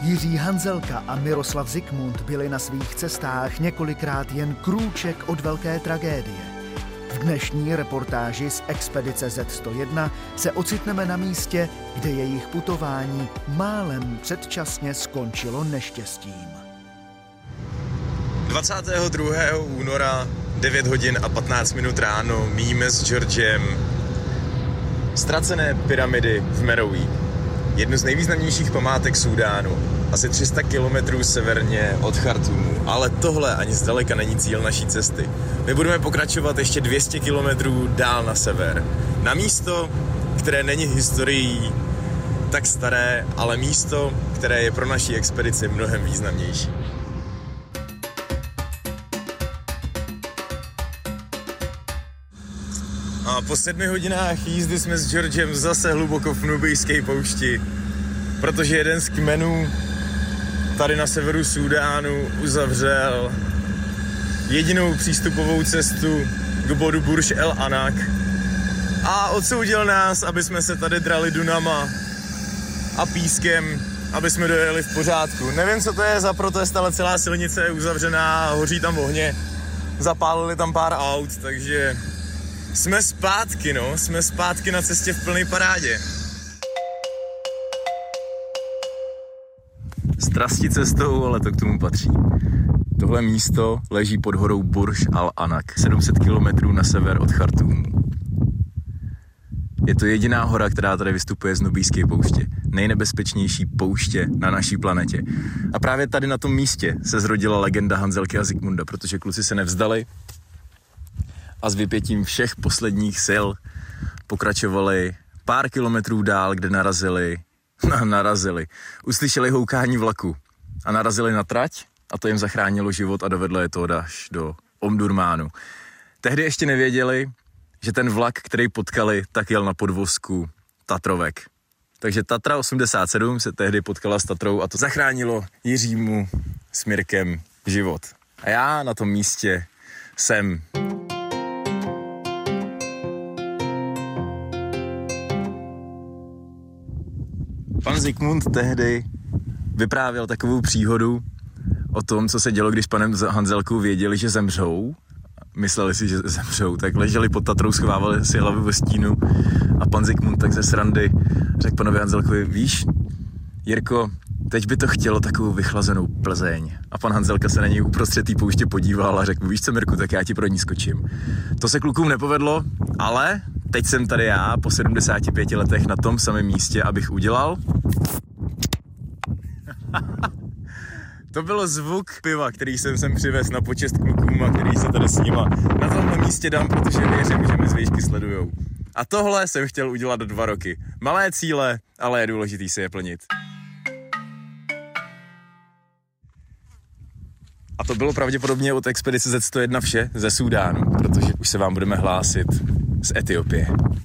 Jiří Hanzelka a Miroslav Zikmund byli na svých cestách několikrát jen krůček od velké tragédie. V dnešní reportáži z expedice Z101 se ocitneme na místě, kde jejich putování málem předčasně skončilo neštěstím. 22. února 9 hodin a 15 minut ráno míjíme s Georgem ztracené pyramidy v Meroví. Jednu z nejvýznamnějších památek Súdánu, asi 300 kilometrů severně od Chartúmu. Ale tohle ani zdaleka není cíl naší cesty. My budeme pokračovat ještě 200 kilometrů dál na sever. Na místo, které není historií tak staré, ale místo, které je pro naši expedici mnohem významnější. A po 7 hodinách jízdy jsme s Georgem zase hluboko v nubijské poušti, protože jeden z kmenů tady na severu Súdánu uzavřel jedinou přístupovou cestu k bodu Burj El Anak a odsoudil nás, aby jsme se tady drali dunama a pískem, aby jsme dojeli v pořádku. Nevím, co to je za protest, ale celá silnice je uzavřená, hoří tam ohně, zapálili tam pár aut, takže jsme zpátky na cestě v plné parádě. Strasti cestou, ale to k tomu patří. Tohle místo leží pod horou Burj Al Anak, 700 km na sever od Chartúmu. Je to jediná hora, která tady vystupuje z nubijské pouště. Nejnebezpečnější pouště na naší planetě. A právě tady na tom místě se zrodila legenda Hanzelky a Zikmunda, protože kluci se nevzdali a s vypětím všech posledních sil pokračovali pár kilometrů dál, kde narazili. Uslyšeli houkání vlaku a narazili na trať a to jim zachránilo život a dovedlo je to až do Omdurmánu. Tehdy ještě nevěděli, že ten vlak, který potkali, tak jel na podvozku Tatrovek. Takže Tatra 87 se tehdy potkala s Tatrou a to zachránilo Jiřímu s Mirkem život. A já na tom místě jsem. Pan Zikmund tehdy vyprávěl takovou příhodu o tom, co se dělo, když s panem Hanzelkou věděli, že zemřou. Mysleli si, že zemřou, tak leželi pod Tatrou, schovávali si hlavu ve stínu a pan Zikmund tak ze srandy řekl panovi Hanzelkovi, víš, Jirko, teď by to chtělo takovou vychlazenou Plzeň. A pan Hanzelka se na něj uprostřed té pouště podíval a řekl, víš co, Mirku, tak já ti pro ní skočím. To se klukům nepovedlo, ale teď jsem tady já po 75 letech na tom samém místě, abych udělal. To byl zvuk piva, který jsem sem přivez na počest klukům a který se tady s nima na tomhle místě dám, protože věřím, že mi z výšky sledujou. A tohle jsem chtěl udělat 2 roky. Malé cíle, ale je důležitý si je plnit. A to bylo pravděpodobně od expedice Z101 vše ze Súdánu, protože už se vám budeme hlásit z Etiopie.